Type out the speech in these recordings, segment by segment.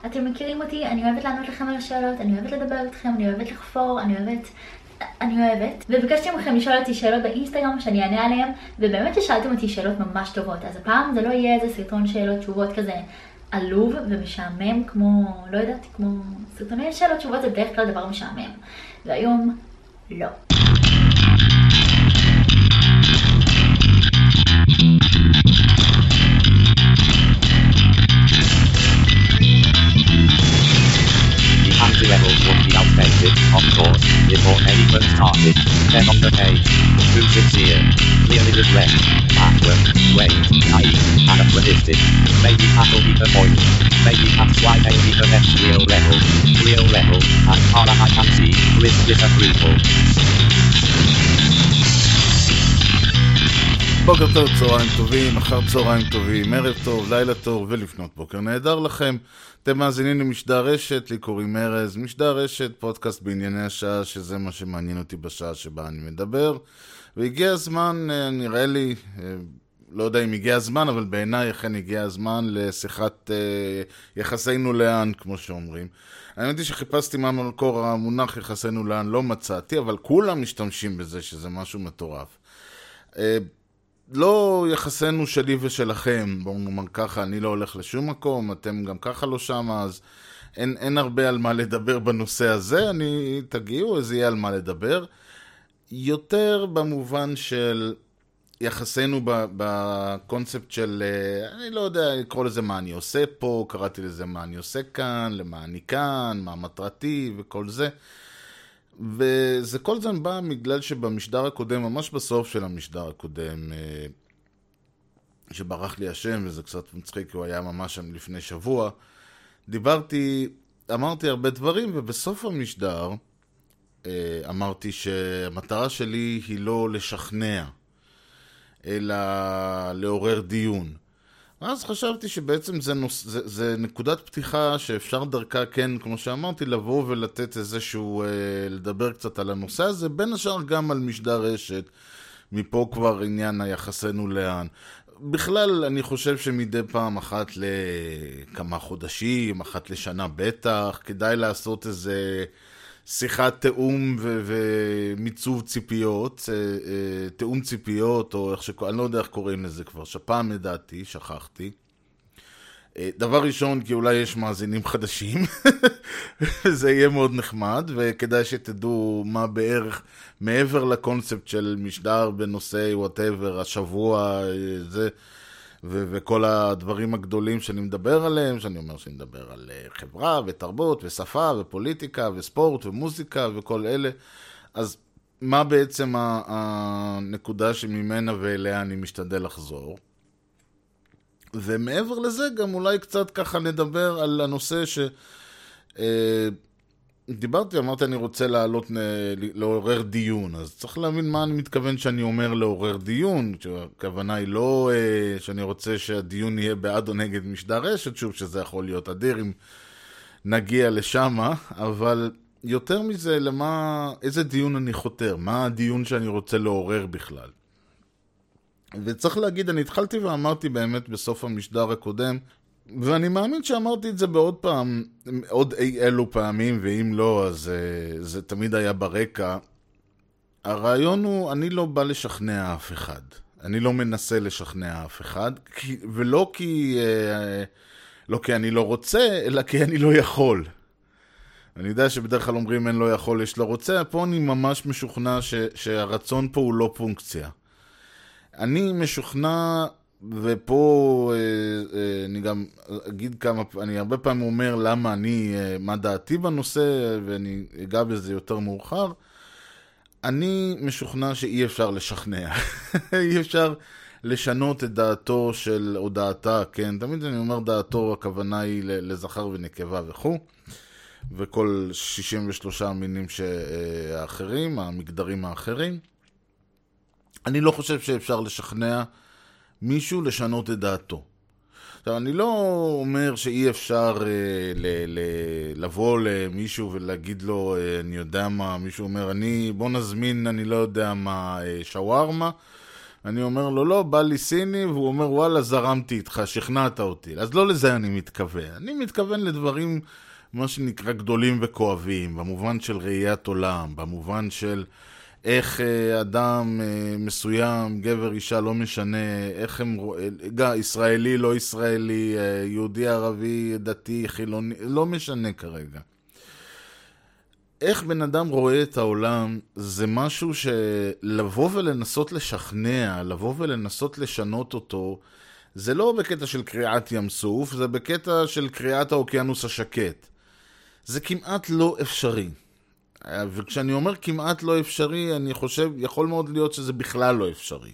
אתם מכירים אותי, אני אוהבת לענות לכם על השאלות, אני אוהבת לדבר איתכם, אני אוהבת לחפור, אני אוהבת. וביקשתי מכם לשאול אותי שאלות באינסטגרם שאני אענה עליהם, ובאמת ששאלתם אותי שאלות ממש טובות. אז הפעם זה לא יהיה איזה סרטון שאלות תשובות כזה עלוב ומשעמם, כמו, לא יודעת, כמו סרטוני שאלות תשובות זה בדרך כלל דבר משעמם. והיום, לא. The levels would be outdated, of course, before anyone started. Then on the page, too sincere, clearly regret, backward, wait, naive, anachronistic. Maybe that'll be the point. Maybe that's why they need the next real level, as far as I can see, with disapproval. בוקר טוב, צהריים טובים, אחר צהריים טובים, ערב טוב, לילה טוב ולפנות בוקר נהדר לכם. אתם מאזינים למשדר רשת, לי קוראים ארז, משדר רשת, פודקאסט בענייני השעה, שזה מה שמעניין אותי בשעה שבה אני מדבר. והגיע הזמן, נראה לי, לא יודע אם הגיע הזמן, אבל בעיניי אכן הגיע הזמן לשיחת יחסינו לאן, כמו שאומרים. אני יודעת שחיפשתי מה מקור המונח יחסינו לאן, לא מצאתי, אבל כולם משתמשים בזה, שזה משהו מטורף. לא יחסנו שלי ושלכם, בואו נאמר ככה, אני לא הולך לשום מקום, אתם גם ככה לא שם, אז אין הרבה על מה לדבר בנושא הזה, תגיעו, אז יהיה על מה לדבר. יותר במובן של יחסנו בקונספט של, אני לא יודע לקרוא לזה מה אני עושה פה, קראתי לזה מה אני עושה כאן, למה אני כאן, מה מטרתי וכל זה. וזה כל זה בא בגלל שבמשדר הקודם, ממש בסוף של המשדר הקודם, שברח לי השם, וזה קצת מצחיק, כי הוא היה ממש שם לפני שבוע, אמרתי הרבה דברים, ובסוף המשדר אמרתי שהמטרה שלי היא לא לשכנע, אלא לעורר דיון. אז חשבתי שבעצם זה נקודת פתיחה שאפשר דרכה, כן, כמו שאמרתי, לבוא ולתת איזשהו, לדבר קצת על הנושא הזה, בין השאר גם על משדר רשת, מפה כבר עניין היחסנו לאן. בכלל, אני חושב שמדי פעם אחת לכמה חודשים, אחת לשנה בטח, כדאי לעשות איזה שיחת תאום ומיצוב ציפיות, תאום ציפיות, או אני לא יודע איך קוראים לזה כבר, שפעם לדעתי, שכחתי. דבר ראשון, כי אולי יש מאזינים חדשים, זה יהיה מאוד נחמד, וכדאי שתדעו מה בערך מעבר לקונספט של משדר בנושא whatever, השבוע, זה, וכל הדברים הגדולים שאני מדבר עליהם, שאני אומר שאני מדבר על חברה ותרבות ושפה ופוליטיקה וספורט ומוזיקה וכל אלה. אז מה בעצם הנקודה שממנה ואליה אני משתדל לחזור? ומעבר לזה גם אולי קצת ככה נדבר על הנושא דיברתי, אמרתי אני רוצה לעורר דיון, אז צריך להבין מה אני מתכוון שאני אומר לעורר דיון, הכוונה היא לא שאני רוצה שהדיון יהיה בעד או נגד משדר רשת, שוב שזה יכול להיות אדיר אם נגיע לשם, אבל יותר מזה איזה דיון אני חותר, מה הדיון שאני רוצה לעורר בכלל. וצריך להגיד, אני התחלתי ואמרתי באמת בסוף המשדר הקודם, ואני מאמין שאמרתי את זה עוד אי אלו פעמים, ואם לא, אז זה תמיד היה ברקע. הרעיון הוא, אני לא בא לשכנע אף אחד. אני לא מנסה לשכנע אף אחד, ולא לא כי אני לא רוצה, אלא כי אני לא יכול. אני יודע שבדרך כלל אומרים אין לא יכול, יש לא רוצה, פה אני ממש משוכנע שהרצון פה הוא לא פונקציה. אני משוכנע, ופה אני גם אגיד אני הרבה פעמים אומר למה מה דעתי בנושא, ואני אגע בזה יותר מאוחר. אני משוכנע שאי אפשר לשכנע. אי אפשר לשנות את דעתו או דעתה, כן? תמיד אני אומר דעתו, הכוונה היא לזכר ונקבה וכו'. וכל 63 המינים האחרים, המגדרים האחרים. אני לא חושב שאפשר לשכנע מישהו לשנות את דעתו. עכשיו, אני לא אומר שאי אפשר לבוא למישהו ולהגיד לו, אני יודע מה, מישהו אומר, בוא נזמין, אני לא יודע מה, שווארמה, אני אומר לו, לא, בא לי סיני, והוא אומר, וואלה, זרמתי איתך, שכנעת אותי. אז לא לזה אני מתכוון. אני מתכוון לדברים, מה שנקרא, גדולים וכואבים, במובן של ראיית עולם, במובן של איך אדם מסוים, גבר, אישה, לא משנה, איך הם רואים, ישראלי, לא ישראלי, יהודי, ערבי, דתי, חילוני, לא משנה כרגע. איך בן אדם רואה את העולם, זה משהו שלבוא ולנסות לשכנע, לבוא ולנסות לשנות אותו, זה לא בקטע של קריאת ים סוף, זה בקטע של קריאת האוקיינוס השקט. זה כמעט לא אפשרי. וכשאני אומר כמעט לא אפשרי, אני חושב, יכול מאוד להיות שזה בכלל לא אפשרי.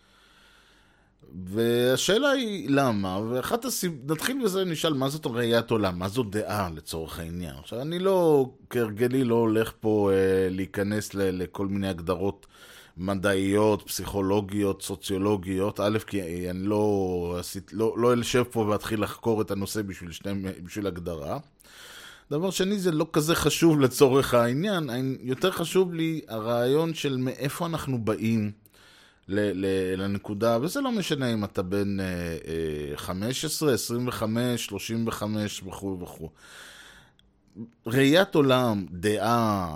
והשאלה היא למה, ואחת נתחיל בזה, נשאל מה זאת ראיית עולם, מה זאת דעה לצורך העניין. עכשיו, אני לא, כהרגלי לא הולך פה להיכנס לכל מיני הגדרות מדעיות, פסיכולוגיות, סוציולוגיות, א', כי אני לא אלשב פה ואתחיל לחקור את הנושא בשביל הגדרה. דבר שני, זה לא כזה חשוב לצורך העניין, יותר חשוב לי הרעיון של מאיפה אנחנו באים לנקודה, וזה לא משנה אם אתה בין 15, 25, 35 וכו' וכו'. ראיית עולם, דעה,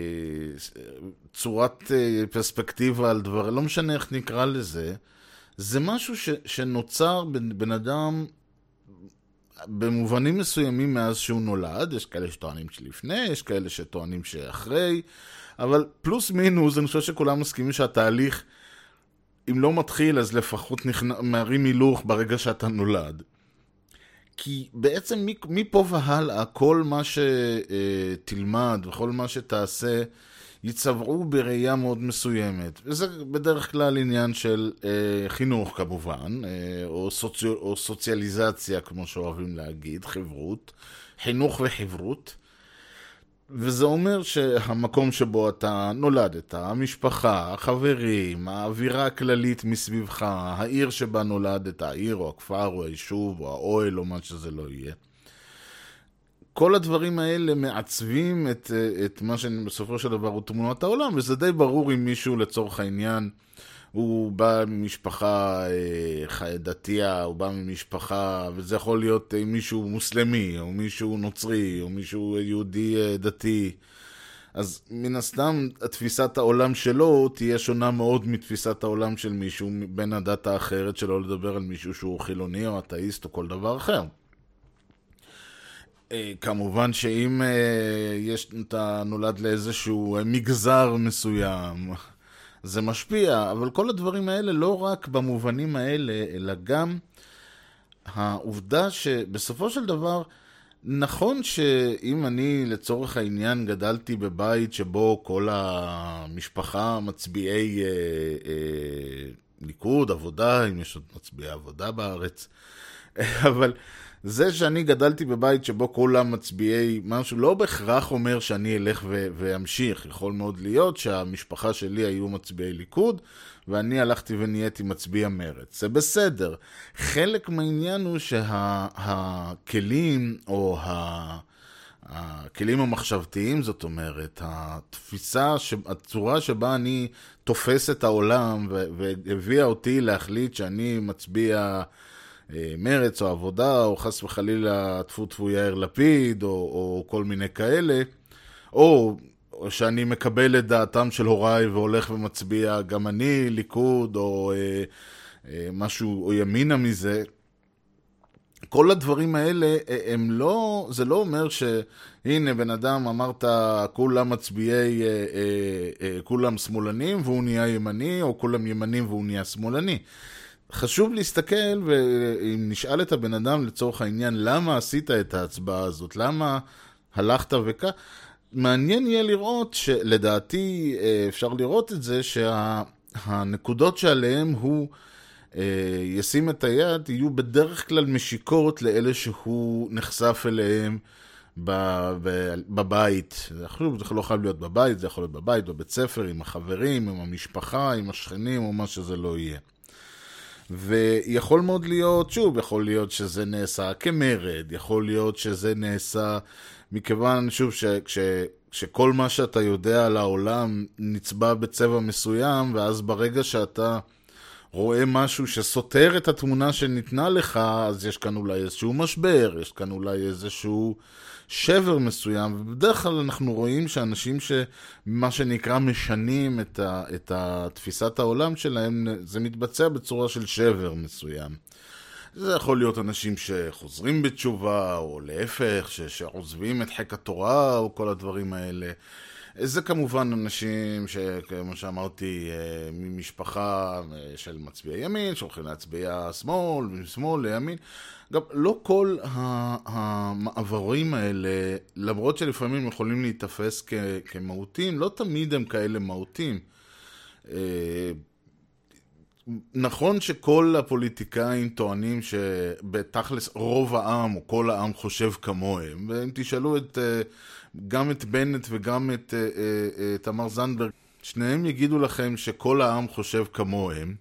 צורת פרספקטיבה על דבר, לא משנה איך נקרא לזה, זה משהו שנוצר בן אדם במובנים מסוימים מאז שהוא נולד. יש כאלה שטוענים שלפני, יש כאלה שטוענים שאחרי, אבל פלוס מינוס, אני חושב שכולם מסכימים שהתהליך, אם לא מתחיל, אז לפחות מרים הילוך ברגע שאתה נולד. כי בעצם מפה והלאה, כל מה שתלמד וכל מה שתעשה, יצברו בראייה מאוד מסוימת. וזה בדרך כלל עניין של חינוך כמובן, או סוציאליזציה, כמו שאוהבים להגיד, חברות, חינוך וחברות. וזה אומר שהמקום שבו אתה נולדת, המשפחה, החברים, האווירה הכללית מסביבך, העיר שבה נולדת, העיר או הכפר או היישוב או האוהל או מה שזה לא יהיה. כל הדברים האלה מעצבים את מה שבסופו של דבר הוא תמונת העולם, וזה די ברור אם מישהו לצורך העניין הוא בא ממשפחה דתייה, הוא בא ממשפחה, וזה יכול להיות מישהו מוסלמי, או מישהו נוצרי, או מישהו יהודי דתי. אז מן הסתם, תפיסת העולם שלו תהיה שונה מאוד מתפיסת העולם של מישהו בין הדת האחרת, שלא לדבר על מישהו שהוא חילוני או אתאיסט או כל דבר אחר. כמובן שאם אתה נולד לאיזשהו מגזר מסוים, זה משפיע, אבל כל הדברים האלה לא רק במובנים האלה, אלא גם העובדה שבסופו של דבר, נכון שאם אני לצורך העניין גדלתי בבית שבו כל המשפחה מצביעי ליכוד, עבודה, אם יש עוד מצביעי עבודה בארץ, אבל זה שאני גדלתי בבית שבו כולם מצביעי משהו, לא בהכרח אומר שאני אלך ואמשיך. יכול מאוד להיות שהמשפחה שלי היו מצביעי ליכוד, ואני הלכתי ונהייתי מצביע מרץ. זה בסדר. חלק מהעניין הוא שהכלים, או הכלים המחשבתיים, זאת אומרת, התפיסה, הצורה שבה אני תופס את העולם, והביאה אותי להחליט שאני מצביע מרץ או עבודה, או חס וחלילה טפו יאיר לפיד, או כל מיני כאלה, או שאני מקבל את דעתם של הוריי והולך ומצביע גם אני ליכוד, או משהו, או ימינה מזה. כל הדברים האלה, הם לא, זה לא אומר שהנה בן אדם אמרת כולם מצביעי, כולם שמאלנים והוא נהיה ימני, או כולם ימנים והוא נהיה שמאלני. חשוב להסתכל, ואם נשאל את הבן אדם לצורך העניין, למה עשית את ההצבעה הזאת? למה הלכת וכך? מעניין יהיה לראות, שלדעתי אפשר לראות את זה, שהנקודות שעליהם הוא ישים את היד, יהיו בדרך כלל משיקות לאלה שהוא נחשף אליהם בבית. זה לא חייב להיות בבית, זה יכול להיות בבית, בבית ספר, עם החברים, עם המשפחה, עם השכנים, או מה שזה לא יהיה. ויכול מאוד להיות, שוב, יכול להיות שזה נעשה כמרד, יכול להיות שזה נעשה מכיוון, שוב, שכל מה שאתה יודע על העולם נצבע בצבע מסוים, ואז ברגע שאתה רואה משהו שסותר את התמונה שניתנה לך, אז יש כאן אולי איזשהו משבר, יש כאן אולי איזשהו שבר מסוים, ובדרך כלל אנחנו רואים שאנשים שמה שנקרא משנים את תפיסת העולם שלהם, זה מתבצע בצורה של שבר מסוים. זה יכול להיות אנשים שחוזרים בתשובה, או להפך, שעוזבים את חיק התורה, או כל הדברים האלה. זה כמובן אנשים שכמו שאמרתי, ממשפחה של מצביעי ימין, שהולכים להצביע שמאל, משמאל לימין. גם לא כל המעברים האלה, למרות שלפעמים יכולים להתאפס כמהותים, לא תמיד הם כאלה מהותים. נכון שכל הפוליטיקאים טוענים שבתכלס רוב העם או כל העם חושב כמוהם, ואם תשאלו גם את בנט וגם את תמר זנדברג, שניהם יגידו לכם שכל העם חושב כמוהם.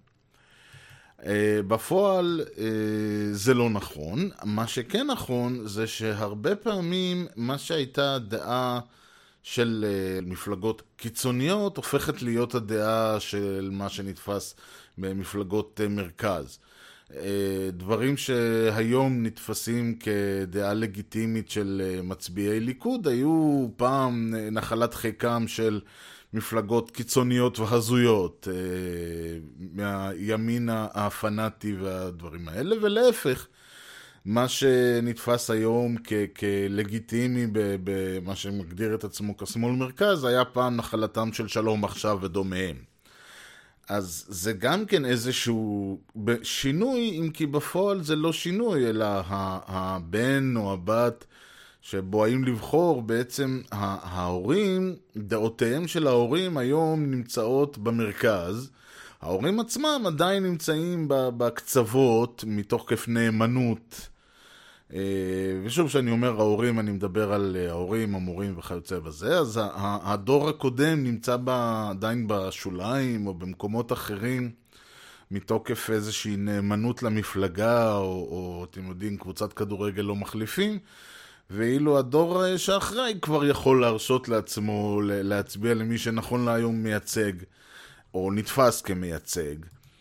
בפועל זה לא נכון. מה שכן נכון זה שהרבה פעמים מה שהייתה דעה של מפלגות קיצוניות הופכת להיות הדעה של מה שנתפס במפלגות מרכז. דברים שהיום נתפסים כדעה לגיטימית של מצביעי ליכוד היו פעם נחלת חיקם של מפלגות קיצוניות והזויות מהימין הפנאטי והדברים האלה, ולהפך, מה שנתפס היום כלגיטימי במה שמגדיר את עצמו כשמאל מרכז היה פעם נחלתם של שלום עכשיו ודומיהם. אז זה גם כן איזשהו שינוי, אם כי בפועל זה לא שינוי, אלא הבן או הבת שבואים לבחור, בעצם ההורים, דעותיהם של ההורים היום נמצאות במרכז. ההורים עצמם עדיין נמצאים בקצוות מתוך כף נאמנות. ושוב שאני אומר ההורים, אני מדבר על ההורים, המורים וכיוצא בזה. אז הדור הקודם נמצא עדיין בשוליים או במקומות אחרים, מתוקף איזושהי נאמנות למפלגה, או אתם יודעים, קבוצת כדורגל לא מחליפים. ואילו הדור שאחרי כבר יכול להרשות לעצמו להצביע למי שנכון להיום מייצג, או נתפס כמייצג.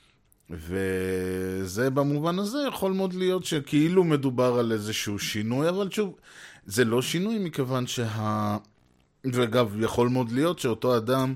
וזה במובן הזה יכול מאוד להיות שכאילו מדובר על איזשהו שינוי, אבל שוב, זה לא שינוי מכיוון ואגב, יכול מאוד להיות שאותו אדם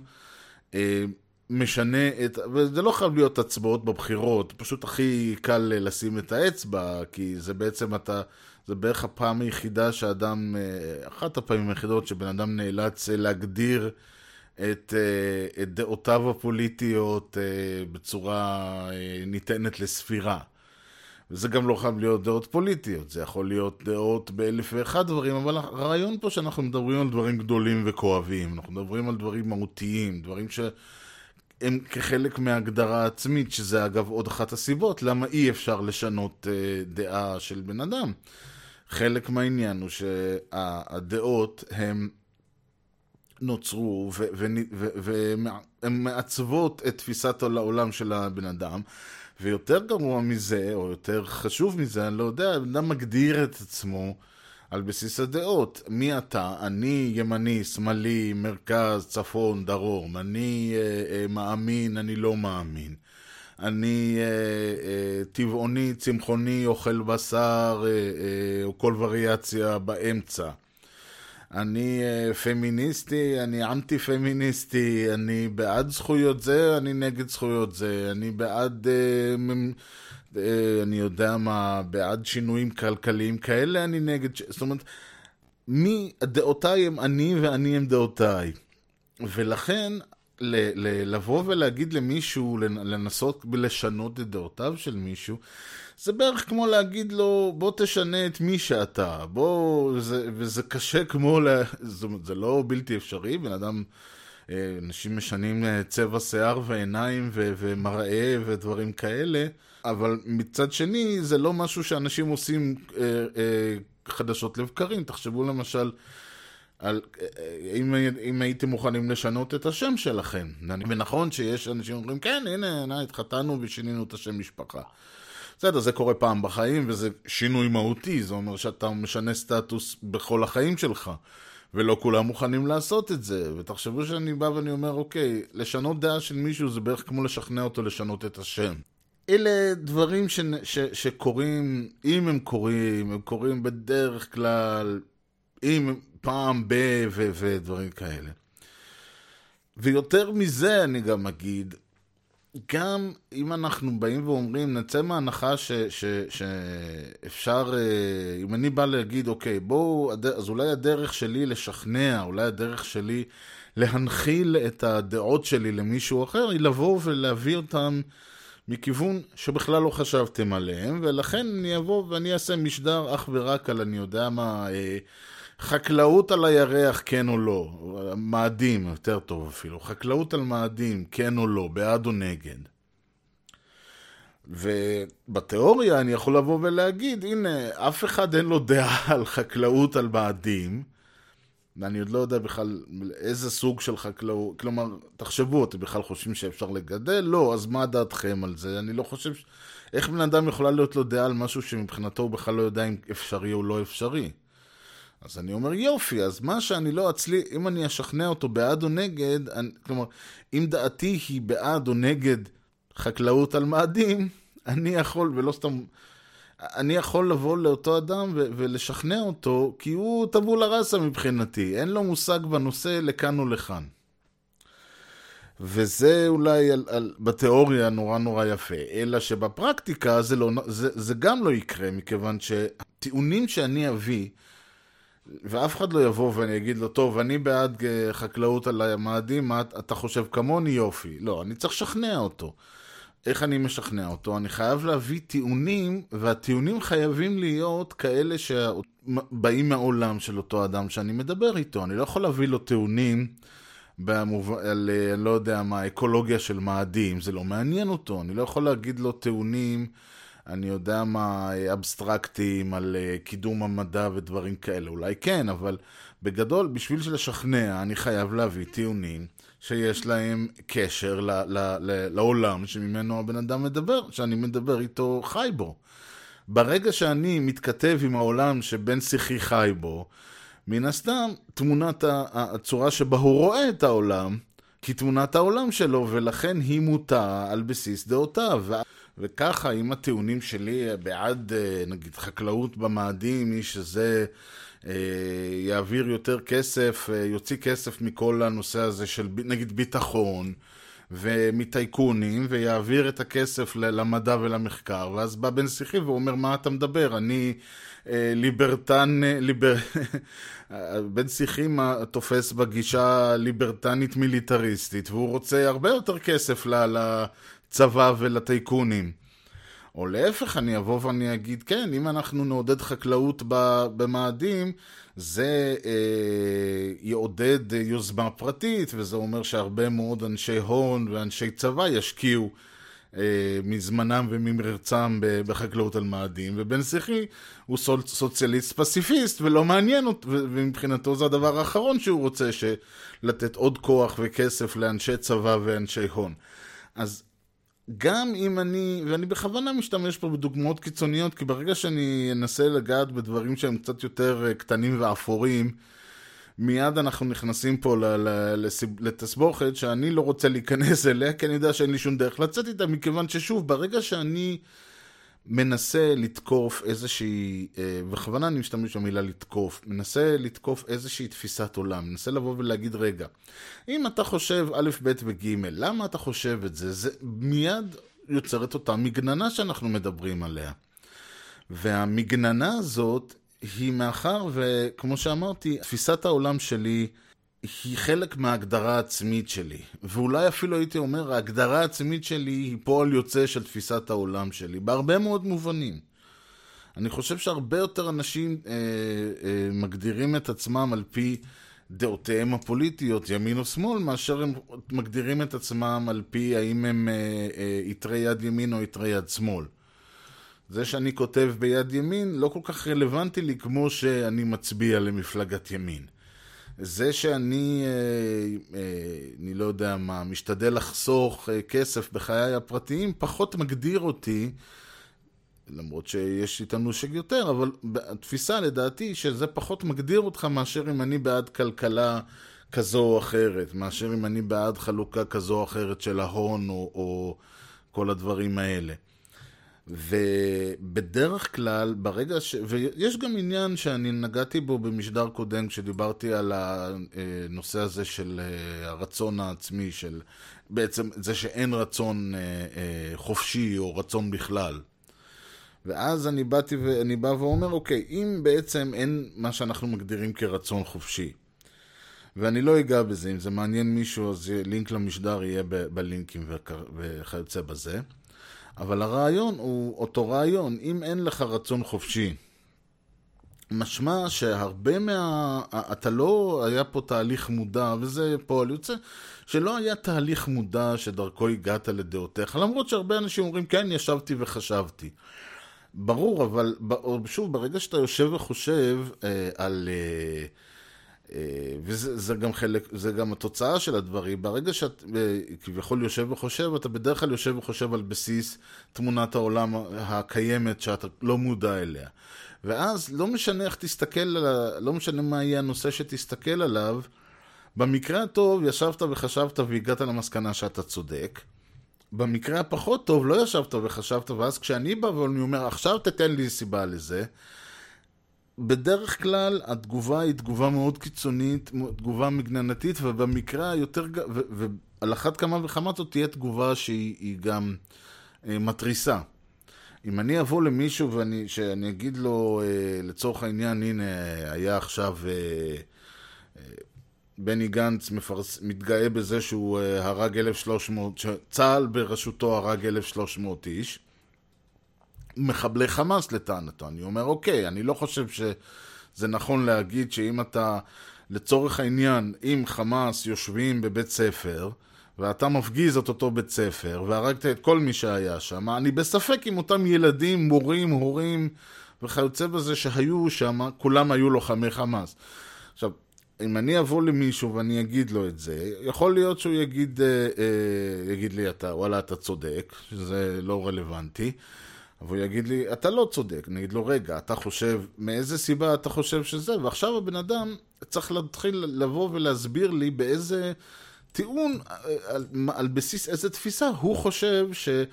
משנה וזה לא חייב להיות הצבעות בבחירות, פשוט הכי קל לשים את האצבע, כי זה בעצם זה בערך הפעם היחידה שאדם, אחת הפעמים היחידות שבן אדם נאלץ להגדיר את דעותיו הפוליטיות בצורה ניתנת לספירה. וזה גם לא חייב להיות דעות פוליטיות, זה יכול להיות דעות באלף ואחד דברים, אבל הרעיון פה שאנחנו מדברים על דברים גדולים וכואבים, אנחנו מדברים על דברים מהותיים, דברים שהם כחלק מההגדרה העצמית, שזה אגב עוד אחת הסיבות, למה אי אפשר לשנות דעה של בן אדם. חלק מהעניין הוא שהדעות הם נוצרו והן מעצבות את תפיסת העולם של הבן אדם, ויותר גרוע מזה, או יותר חשוב מזה, אני לא יודע, הבן אדם מגדיר את עצמו על בסיס הדעות. מי אתה? אני ימני, שמאלי, מרכז, צפון, דרום. אני מאמין, אני לא מאמין. אני טבעוני, צמחוני, אוכל בשר, או כל וריאציה באמצע. אני פמיניסטי, אני אנטי פמיניסטי, אני בעד זכויות זה, אני נגד זכויות זה, אני בעד, אני יודע מה, בעד שינויים כלכליים כאלה, אני נגד, זאת אומרת, דעותיי הם אני ואני הם דעותיי. ולכן, לבוא ולהגיד למישהו, לנסות לשנות את דעותיו של מישהו, זה בערך כמו להגיד לו, בוא תשנה את מי שאתה, וזה קשה כמו, זה לא בלתי אפשרי, בן אדם, אנשים משנים צבע שיער ועיניים ומראה ודברים כאלה, אבל מצד שני זה לא משהו שאנשים עושים חדשות לבקרים. תחשבו למשל, אם הייתם מוכנים לשנות את השם שלכם, ונכון שיש אנשים אומרים, כן, הנה, התחתנו ושינינו את השם משפחה. בסדר, זה קורה פעם בחיים, וזה שינוי מהותי, זה אומר שאתה משנה סטטוס בכל החיים שלך, ולא כולם מוכנים לעשות את זה. ותחשבו שאני בא ואני אומר, אוקיי, לשנות דעה של מישהו זה בערך כמו לשכנע אותו לשנות את השם. אלה דברים שקורים, אם הם קורים, הם קורים בדרך כלל, אם פעם ודברים כאלה. ויותר מזה אני גם אגיד, גם אם אנחנו באים ואומרים, נצא מההנחה שאפשר, אם אני בא להגיד, אוקיי, בואו, אז אולי הדרך שלי לשכנע, אולי הדרך שלי להנחיל את הדעות שלי למישהו אחר, היא לבוא ולהביא אותם מכיוון שבכלל לא חשבתם עליהם, ולכן אני אבוא ואני אעשה משדר אך ורק על, אני יודע מה, חקלאות על הירח, כן או לא, מאדים, יותר טוב אפילו, חקלאות על מאדים, כן או לא, בעד או נגד. ובתיאוריה אני יכול לבוא ולהגיד, הנה, אף אחד אין לו דעה על חקלאות על מאדים, ואני עוד לא יודע בכלל איזה סוג של חקלאות, כלומר, תחשבו, אתם בכלל חושבים שאפשר לגדל? לא, אז מה דעתכם על זה? אני לא חושב, איך בן אדם יכולה להיות לו דעה על משהו שמבחינתו הוא בכלל לא יודע אם אפשרי או לא אפשרי? אז אני אומר, יופי, אז מה שאני לא אצלי, אם אני אשכנע אותו בעד או נגד, כלומר, אם דעתי היא בעד או נגד חקלאות על מאדים, אני יכול, ולא סתם, אני יכול לבוא לאותו אדם ולשכנע אותו, כי הוא טבולה ראסה מבחינתי, אין לו מושג בנושא לכאן או לכאן. וזה אולי בתיאוריה נורא נורא יפה, אלא שבפרקטיקה זה גם לא יקרה, מכיוון שטיעונים שאני אביא, ואף אחד לא יבוא ואני אגיד לו, טוב, אני בעד חקלאות על המאדים, מה אתה חושב כמוני? יופי. לא, אני צריך לשכנע אותו. איך אני משכנע אותו? אני חייב להביא טיעונים, והטיעונים חייבים להיות כאלה שבאים מהעולם של אותו אדם שאני מדבר איתו. אני לא יכול להביא לו טיעונים על, לא יודע מה, אקולוגיה של מאדים, זה לא מעניין אותו. אני לא יכול להגיד לו טיעונים, אני יודע מה, אבסטרקטיים על קידום המדע ודברים כאלה. אולי כן, אבל בגדול, בשביל לשכנע, אני חייב להביא טיעונים שיש להם קשר לעולם שממנו הבן אדם מדבר, שאני מדבר איתו חי בו. ברגע שאני מתכתב עם העולם שבן שיחי חי בו, מן הסתם, תמונת הצורה שבה הוא רואה את העולם, כי תמונת העולם שלו, ולכן היא מוטה על בסיס דעותיו. וככה, אם הטיעונים שלי בעד, נגיד, חקלאות במאדים, היא שזה יעביר יותר כסף, יוציא כסף מכל הנושא הזה של, נגיד, ביטחון, ומטייקונים, ויעביר את הכסף למדע ולמחקר, ואז בא בן שיחי ואומר, מה אתה מדבר? אני ליברטן, בן שיחי תופס בגישה ליברטנית מיליטריסטית, והוא רוצה הרבה יותר כסף לצבא ולטייקונים. או להפך, אני אבוא ואני אגיד, כן, אם אנחנו נעודד חקלאות במאדים, זה יעודד יוזמה פרטית, וזה אומר שהרבה מאוד אנשי הון ואנשי צבא ישקיעו מזמנם וממרצם בחקלאות על מאדים, ובן שיחי הוא סוציאליסט פסיפיסט ולא מעניין אותו, ומבחינתו זה הדבר האחרון שהוא רוצה, לתת עוד כוח וכסף לאנשי צבא ואנשי הון. אז גם אם ואני בכוונה משתמש פה בדוגמאות קיצוניות, כי ברגע שאני אנסה לגעת בדברים שהם קצת יותר קטנים ואפורים, מיד אנחנו נכנסים פה לתסבוכת שאני לא רוצה להיכנס אליה, כי אני יודע שאין לי שום דרך לצאת איתה, מכיוון ששוב, ברגע שאני מנסה לתקוף איזושהי, בכוונה אני משתמש במילה לתקוף, מנסה לתקוף איזושהי תפיסת עולם, מנסה לבוא ולהגיד, רגע, אם אתה חושב א', ב' וג', למה אתה חושב את זה? זה מיד יוצרת אותה מגננה שאנחנו מדברים עליה. והמגננה הזאת היא מאחר, וכמו שאמרתי, תפיסת העולם שלי היא חלק מההגדרה העצמית שלי. ואולי אפילו הייתי אומר, ההגדרה העצמית שלי היא פועל יוצא של תפיסת העולם שלי, בהרבה מאוד מובנים. אני חושב שהרבה יותר אנשים מגדירים את עצמם על פי דעותיהם הפוליטיות, ימין או שמאל, מאשר הם מגדירים את עצמם על פי האם הם יתרי יד ימין או יתרי יד שמאל. זה שאני כותב ביד ימין לא כל כך רלוונטי לי כמו שאני מצביע למפלגת ימין. זה שאני, אני לא יודע מה, משתדל לחסוך כסף בחיי הפרטיים, פחות מגדיר אותי, למרות שיש איתנו יותר, אבל התפיסה לדעתי שזה פחות מגדיר אותך מאשר אם אני בעד כלכלה כזו או אחרת, מאשר אם אני בעד חלוקה כזו או אחרת של ההון או כל הדברים האלה. ובדרך כלל, ויש גם עניין שאני נגעתי בו במשדר קודם, כשדיברתי על הנושא הזה של הרצון העצמי, של בעצם זה שאין רצון חופשי או רצון בכלל. ואז אני בא ואומר, אוקיי, אם בעצם אין מה שאנחנו מגדירים כרצון חופשי, ואני לא אגע בזה, אם זה מעניין מישהו, אז לינק למשדר יהיה בלינקים וכיוצא בזה. אבל הרעיון הוא אותו רעיון, אם אין לך רצון חופשי, משמע שהרבה אתה לא היה פה תהליך מודע, וזה פועל יוצא, שלא היה תהליך מודע שדרכו הגעת לדעותיך, למרות שהרבה אנשים אומרים, כן, ישבתי וחשבתי. ברור, אבל שוב, ברגע שאתה יושב וחושב על... וזה גם חלק, זה גם התוצאה של הדברים. ברגע שאת כביכול יושב וחושב, אתה בדרך כלל יושב וחושב על בסיס תמונת העולם הקיימת שאתה לא מודע אליה. ואז לא משנה איך תסתכל, לא משנה מה יהיה הנושא שתסתכל עליו, במקרה הטוב ישבת וחשבת והגעת למסקנה שאתה צודק. במקרה הפחות טוב לא ישבת וחשבת, ואז כשאני בא ואני אומר, עכשיו תתן לי סיבה לזה, בדרך כלל התגובה היא תגובה מאוד קיצונית, תגובה מגננתית, ובמקרה היותר, ועל אחת כמה וכמה זאת תהיה תגובה שהיא גם מטריסה. אם אני אבוא למישהו שאני אגיד לו, לצורך העניין, הנה, היה עכשיו בני גנץ מתגאה בזה שהוא הרג 1,300, צה"ל בראשותו הרג 1,300 איש, מחבלי חמאס לטענתו. אני אומר, אוקיי, אני לא חושב שזה נכון להגיד שאם אתה, לצורך העניין, אם חמאס יושבים בבית ספר, ואתה מפגיז את אותו בית ספר, והרגת את כל מי שהיה שם, אני בספק אם אותם ילדים, מורים, הורים, וכיוצא בזה שהיו שם, כולם היו לוחמי חמאס. עכשיו, אם אני אבוא למישהו ואני אגיד לו את זה, יכול להיות שהוא יגיד לי, וואלה, אתה צודק, שזה לא רלוונטי, אבל הוא יגיד לי, אתה לא צודק. נגיד לו, רגע, אתה חושב, מאיזה סיבה אתה חושב שזה? ועכשיו הבן אדם צריך להתחיל לבוא ולהסביר לי באיזה טיעון, על בסיס איזה תפיסה, הוא חושב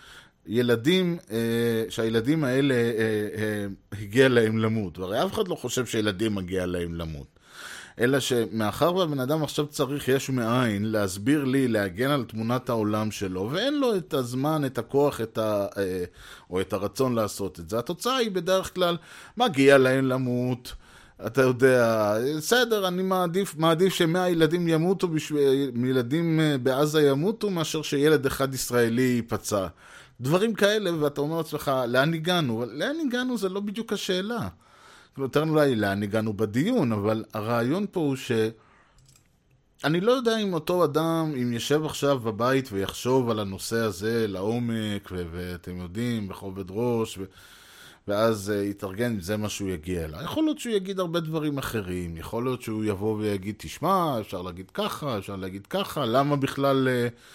שהילדים האלה הגיע להם למות. והרי אף אחד לא חושב שילדים מגיע להם למות. אלא שמאחר והבן אדם עכשיו צריך יש מאין להסביר לי, להגן על תמונת העולם שלו, ואין לו את הזמן, את הכוח, או את הרצון לעשות את זה. התוצאה היא בדרך כלל, מגיע להם למות, אתה יודע, בסדר, אני מעדיף ש100 ילדים ימותו, ילדים בעזה ימותו, מאשר שילד אחד ישראלי ייפצע. דברים כאלה, ואתה אומר לעצמך, לאן הגענו? לאן הגענו זה לא בדיוק השאלה. יותר אולי לאן הגענו בדיון, אבל הרעיון פה הוא אני לא יודע אם אותו אדם, אם ישב עכשיו בבית ויחשוב על הנושא הזה לעומק, ואתם יודעים, בכובד ראש, ואז יתארגן, זה מה שהוא יגיע אליו. יכול להיות שהוא יגיד הרבה דברים אחרים, יכול להיות שהוא יבוא ויגיד, תשמע, אפשר להגיד ככה, אפשר להגיד ככה, למה בכלל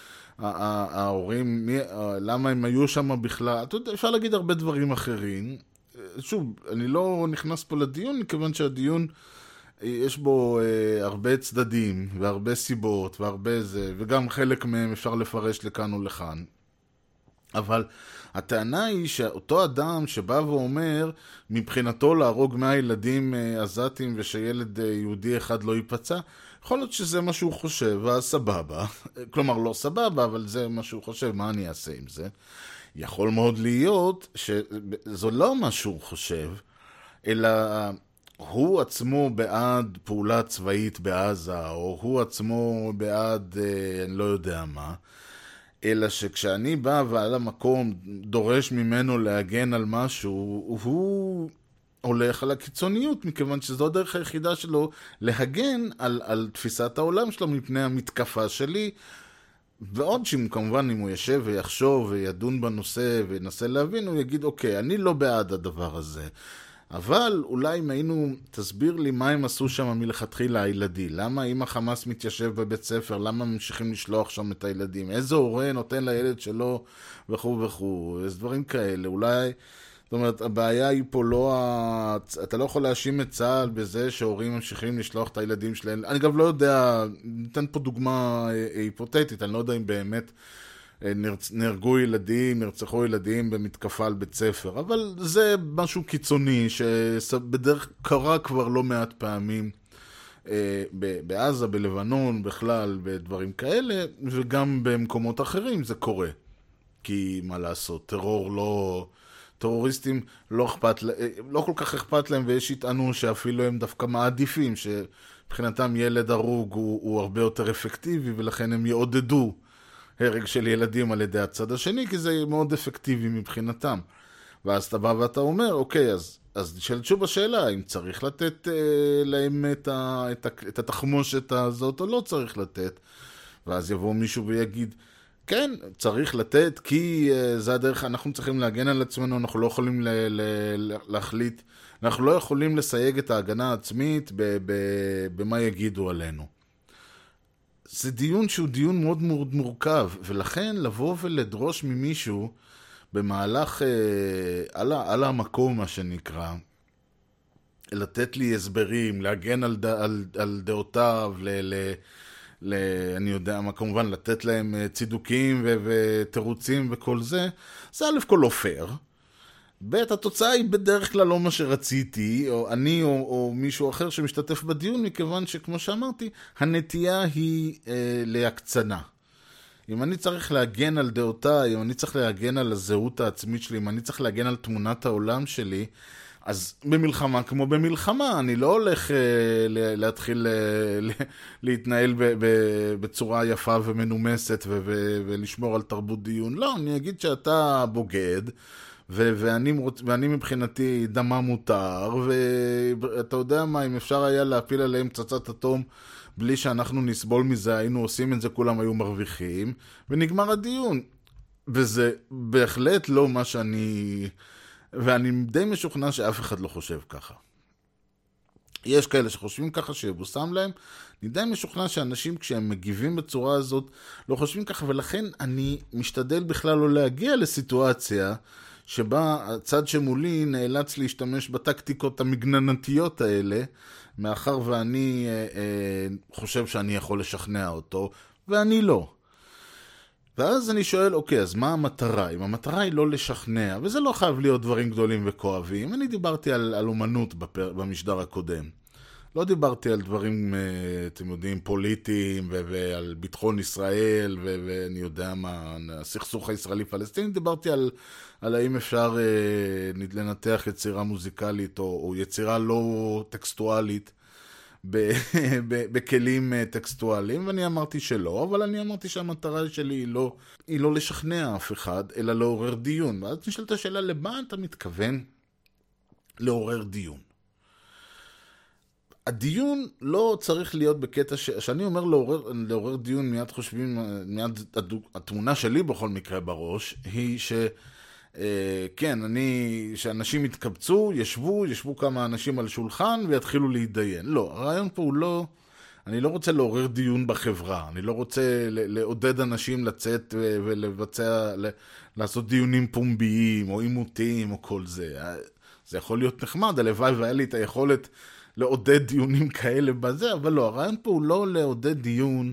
ההורים, למה הם היו שם בכלל, אפשר להגיד הרבה דברים אחרים. שוב, אני לא נכנס פה לדיון, מכיוון שהדיון יש בו הרבה צדדים והרבה סיבות והרבה זה, וגם חלק מהם אפשר לפרש לכאן או לכאן. אבל הטענה היא שאותו אדם שבא ואומר, מבחינתו להרוג 100 ילדים עזתים ושילד יהודי אחד לא ייפצע, יכול להיות שזה מה שהוא חושב, ואז סבבה. כלומר, לא סבבה, אבל זה מה שהוא חושב, מה אני אעשה עם זה? יכול מאוד להיות שזו לא מה שהוא חושב, אלא הוא עצמו בעד פעולה צבאית בעזה, או הוא עצמו בעד אני לא יודע מה, אלא שכשאני בא ועל המקום דורש ממנו להגן על משהו, הוא הולך על הקיצוניות, מכיוון שזו הדרך היחידה שלו להגן על תפיסת העולם שלו מפני המתקפה שלי, ועוד שכמובן אם הוא ישב ויחשוב וידון בנושא וינסה להבין, הוא יגיד, אוקיי, אני לא בעד הדבר הזה. אבל אולי אם היינו, תסביר לי מה הם עשו שם מלכתחילה הילדי. למה אם החמאס מתיישב בבית ספר, למה ממשיכים לשלוח שם את הילדים? איזה הורה נותן לילד שלו וכו' וכו'. יש דברים כאלה. אולי, זאת אומרת, הבעיה היא פה לא, אתה לא יכול להאשים את צה"ל בזה שהורים ממשיכים לשלוח את הילדים שלהם. אני גם לא יודע, ניתן פה דוגמה היפותטית, אני לא יודע אם באמת נהרגו ילדים, נרצחו ילדים במתקפה על בית ספר, אבל זה משהו קיצוני שבדרך קרה כבר לא מעט פעמים בעזה, בלבנון, בכלל, בדברים כאלה, וגם במקומות אחרים זה קורה. כי מה לעשות, טרוריסטים לא כל כך אכפת להם, ויש יטענו שאפילו הם דווקא מעדיפים, מבחינתם ילד הרוג הוא הרבה יותר אפקטיבי, ולכן הם יעודדו הרג של ילדים על ידי הצד השני, כי זה מאוד אפקטיבי מבחינתם. ואז אתה בא ואתה אומר, אוקיי, אז נשאלת שוב השאלה, אם צריך לתת להם את התחמושת הזאת, או לא צריך לתת. ואז יבוא מישהו ויגיד, כן, צריך לתת, כי זה הדרך, אנחנו צריכים להגן על עצמנו, אנחנו לא יכולים להחליט, אנחנו לא יכולים לסייג את ההגנה העצמית במה יגידו עלינו. זה דיון שהוא דיון מאוד מאוד מורכב, ולכן לבוא ולדרוש ממישהו במהלך, על המקום מה שנקרא, לתת לי הסברים, להגן על דעותיו, אני יודע מה, כמובן לתת להם צידוקים ותירוצים וכל זה, זה א' כל לא פייר. ב' התוצאה היא בדרך כלל לא מה שרציתי, או אני או מישהו אחר שמשתתף בדיון, מכיוון שכמו שאמרתי, הנטייה היא להקצנה. אם אני צריך להגן על דעותיי, אם אני צריך להגן על הזהות העצמית שלי, אם אני צריך להגן על תמונת העולם שלי, אז במלחמה כמו במלחמה, אני לא הולך להתחיל להתנהל בצורה יפה ומנומסת ולשמור על תרבות דיון. לא, אני אגיד שאתה בוגד, ואני מבחינתי דמה מותר, ואתה יודע מה, אם אפשר היה להפיל עליהם פצצת אטום בלי שאנחנו נסבול מזה, היינו עושים את זה, כולם היו מרוויחים, ונגמר הדיון. וזה בהחלט לא מה ואני די משוכנע שאף אחד לא חושב ככה. יש כאלה שחושבים ככה שיבוסם להם, אני די משוכנע שאנשים כשהם מגיבים בצורה הזאת לא חושבים ככה, ולכן אני משתדל בכלל לא להגיע לסיטואציה שבה הצד שמולי נאלץ להשתמש בטקטיקות המגננתיות האלה, מאחר ואני חושב שאני יכול לשכנע אותו, ואני לא. ואז אני שואל, אוקיי, אז מה המטרה? אם המטרה היא לא לשכנע, וזה לא חייב להיות דברים גדולים וכואבים, אני דיברתי על אומנות במשדר הקודם. לא דיברתי על דברים, אתם יודעים, פוליטיים, ועל ביטחון ישראל, ואני יודע מה, הסכסוך הישראלי-פלסטיני, דיברתי על האם אפשר לנתח יצירה מוזיקלית, או יצירה לא טקסטואלית, בכלים טקסטואליים, ואני אמרתי שלא, אבל אני אמרתי שהמטרה שלי היא לא לשכנע אף אחד, אלא לעורר דיון. ואז נשאלת השאלה, למה אתה מתכוון לעורר דיון? הדיון לא צריך להיות בקטע שאני אומר לעורר דיון, מיד חושבים, מיד התמונה שלי בכל מקרה בראש, היא כן, שאנשים יתקבצו, ישבו כמה אנשים על שולחן ויתחילו להידיין. לא, הרעיון פה הוא לא, אני לא רוצה לעורר דיון בחברה, אני לא רוצה לעודד אנשים לצאת ולבצע, לעשות דיונים פומביים או עימותיים או כל זה. זה יכול להיות נחמד, הלוואי והיה לי את היכולת לעודד דיונים כאלה בזה, אבל לא, הרעיון פה הוא לא לעודד דיון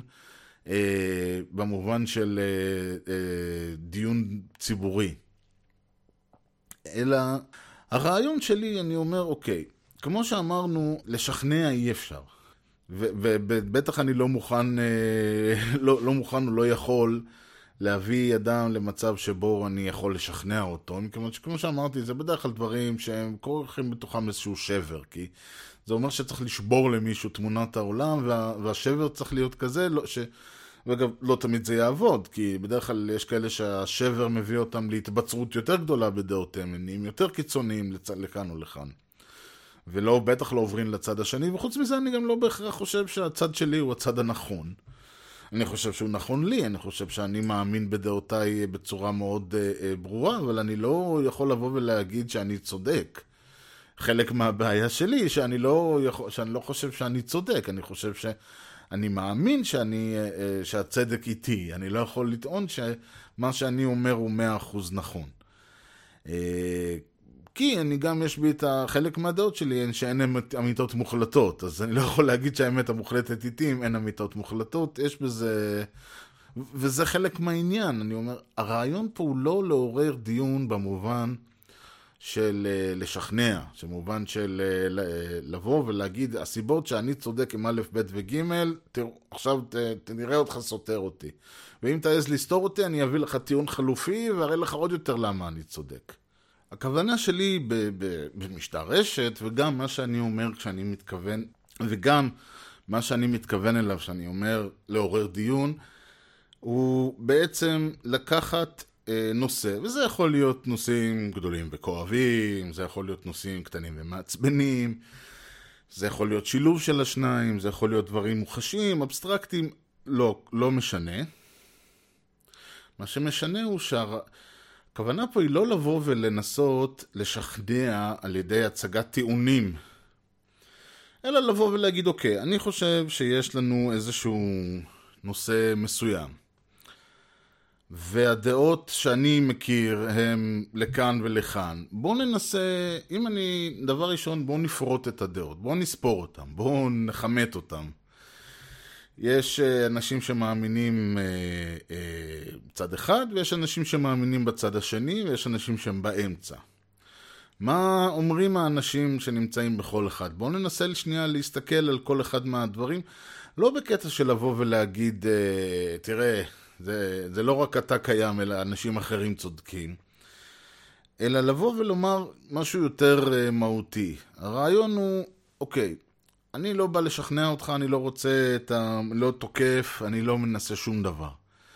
במובן של דיון ציבורי. אלא הרעיון שלי, אני אומר, אוקיי, כמו שאמרנו, לשכנע אי אפשר. ובטח אני לא מוכן, לא מוכן או לא יכול להביא אדם למצב שבו אני יכול לשכנע אותו. כמו שאמרתי, זה בדרך כלל דברים שהם כורכים בתוכם איזשהו שבר, כי זה אומר שצריך לשבור למישהו תמונת העולם, והשבר צריך להיות כזה, ואגב, לא תמיד זה יעבוד, כי בדרך כלל יש כאלה שהשבר מביא אותם להתבצרות יותר גדולה בדעותיהם, הם יותר קיצוניים לכאן או לכאן. ולא, בטח לא עוברים לצד השני, וחוץ מזה אני גם לא בהכרח חושב שהצד שלי הוא הצד הנכון. אני חושב שהוא נכון לי, אני חושב שאני מאמין בדעותיי בצורה מאוד ברורה, אבל אני לא יכול לבוא ולהגיד שאני צודק. חלק מהבעיה שלי שאני לא חושב שאני צודק, אני חושב אני מאמין שהצדק איתי, אני לא יכול לטעון שמה שאני אומר הוא 100% נכון. כי אני גם יש בי את חלק מהדעות שלי שאין אמיתות מוחלטות, אז אני לא יכול להגיד שהאמת המוחלטת איתי אם אין אמיתות מוחלטות, יש בזה וזה חלק מהעניין. אני אומר, הרעיון פה הוא לא לעורר דיון במובן של לשכנע, במובן של לבוא ולהגיד, הסיבות שאני צודק עם א', ב' וג', עכשיו תראה אותך סותר אותי. ואם תעז לסתור אותי, אני אביא לך טיעון חלופי, ואראה לך עוד יותר למה אני צודק. הכוונה שלי במשטר רשת, וגם מה שאני אומר כשאני מתכוון, וגם מה שאני מתכוון אליו, שאני אומר לעורר דיון, הוא בעצם לקחת נושא, וזה יכול להיות נושאים גדולים וכואבים, זה יכול להיות נושאים קטנים ומעצבנים, זה יכול להיות שילוב של השניים, זה יכול להיות דברים מוחשיים, אבסטרקטיים, לא משנה. מה שמשנה הוא הכוונה פה היא לא לבוא ולנסות לשכנע על ידי הצגת טיעונים, אלא לבוא ולהגיד, אוקיי, אני חושב שיש לנו איזשהו נושא מסוים, והדעות שאני מכיר הם לכאן ולכאן. בואו ננסה, דבר ראשון, בואו נפרוט את הדעות, בואו נספור אותם, בואו נחמת אותם. יש אנשים שמאמינים בצד אחד, ויש אנשים שמאמינים בצד השני, ויש אנשים שהם באמצע. מה אומרים האנשים שנמצאים בכל אחד? בואו ננסה שנייה להסתכל על כל אחד מהדברים, לא בקטע של לבוא ולהגיד, תראה, זה לא רק אתה קיים, אלא אנשים אחרים צודקים, אלא לבוא ולומר משהו יותר מהותי. הרעיון הוא, אוקיי, אני לא בא לשכנע אותך, אני לא רוצה לא תוקף, אני לא מנסה שום דבר.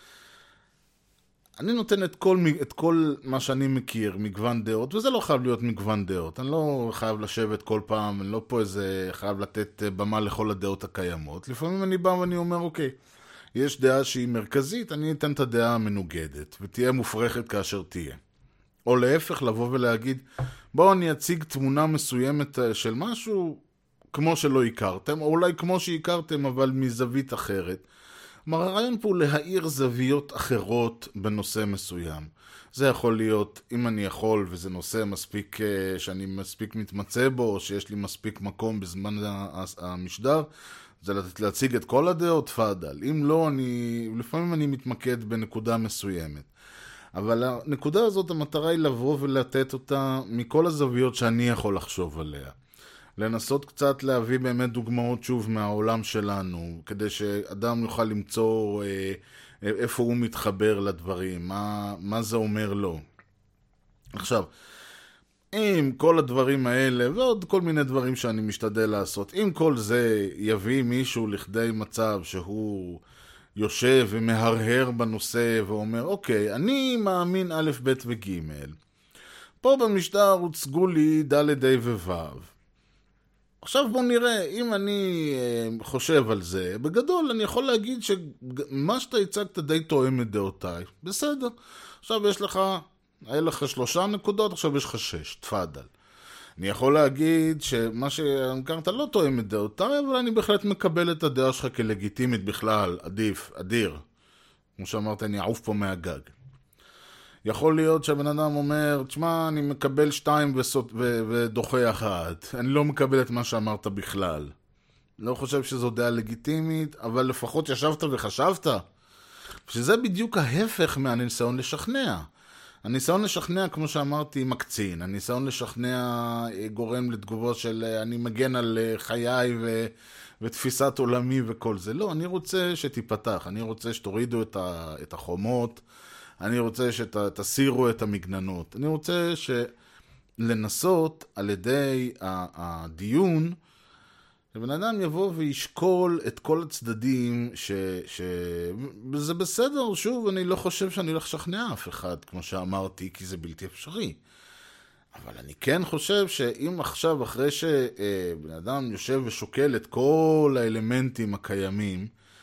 אני נותן את כל מה שאני מכיר, מגוון דעות, וזה לא חייב להיות מגוון דעות. אני לא חייב לשבת כל פעם, אני לא פה חייב לתת במה לכל הדעות הקיימות. לפעמים אני בא ואני אומר, אוקיי, יש דעה שהיא מרכזית, אני אתן את הדעה המנוגדת, ותהיה מופרכת כאשר תהיה. או להפך, לבוא ולהגיד, בואו אני אציג תמונה מסוימת של משהו, כמו שלא הכרתם, או אולי כמו שהכרתם, אבל מזווית אחרת. כלומר, הרעיון פה הוא להאיר זוויות אחרות בנושא מסוים. זה יכול להיות, אם אני יכול, וזה נושא מספיק, שאני מספיק מתמצא בו, או שיש לי מספיק מקום בזמן המשדר, זה להציג את כל הדעות, פאדל. אם לא, לפעמים אני מתמקד בנקודה מסוימת. אבל הנקודה הזאת, המטרה היא לבוא ולתת אותה מכל הזוויות שאני יכול לחשוב עליה. לנסות קצת להביא באמת דוגמאות שוב מהעולם שלנו, כדי שאדם יוכל למצוא איפה הוא מתחבר לדברים, מה זה אומר לו. עכשיו, אם כל הדברים האלה, ועוד כל מיני דברים שאני משתדל לעשות, אם כל זה יביא מישהו לכדי מצב שהוא יושב ומהרהר בנושא ואומר, אוקיי, אני מאמין א', ב' וג'. פה במשדר הוצגו לי ד', ה' וו'. עכשיו בוא נראה, אם אני חושב על זה, בגדול אני יכול להגיד שמה שאתה הצגת די תואם את דעותיי. בסדר. עכשיו היה לך 3 נקודות, עכשיו יש לך 6, תפאדל. אני יכול להגיד שמה שהכרת לא תואם את דעותיי, אבל אני בהחלט מקבל את הדעה שלך כלגיטימית בכלל, עדיף, אדיר. כמו שאמרת, אני אעוף פה מהגג. יכול להיות שהבן אדם אומר, תשמע, אני מקבל 2 ודוחה 1. אני לא מקבל את מה שאמרת בכלל. לא חושב שזו דעה לגיטימית, אבל לפחות ישבת וחשבת. שזה בדיוק ההפך מהניסיון לשכנע. הניסיון לשכנע, כמו שאמרתי, מקצין. הניסיון לשכנע גורם לתגובות של אני מגן על חיי ותפיסת עולמי וכל זה. לא, אני רוצה שתיפתח. אני רוצה שתורידו את החומות. אני רוצה שתסירו את המגננות. אני רוצה לנסות על ידי הדיון, שבן אדם יבוא וישקול את כל הצדדים, זה בסדר, שוב, אני לא חושב שאני הולך לשכנע אף אחד, כמו שאמרתי, כי זה בלתי אפשרי. אבל אני כן חושב שאם עכשיו, אחרי שבן אדם יושב ושוקל את כל האלמנטים הקיימים,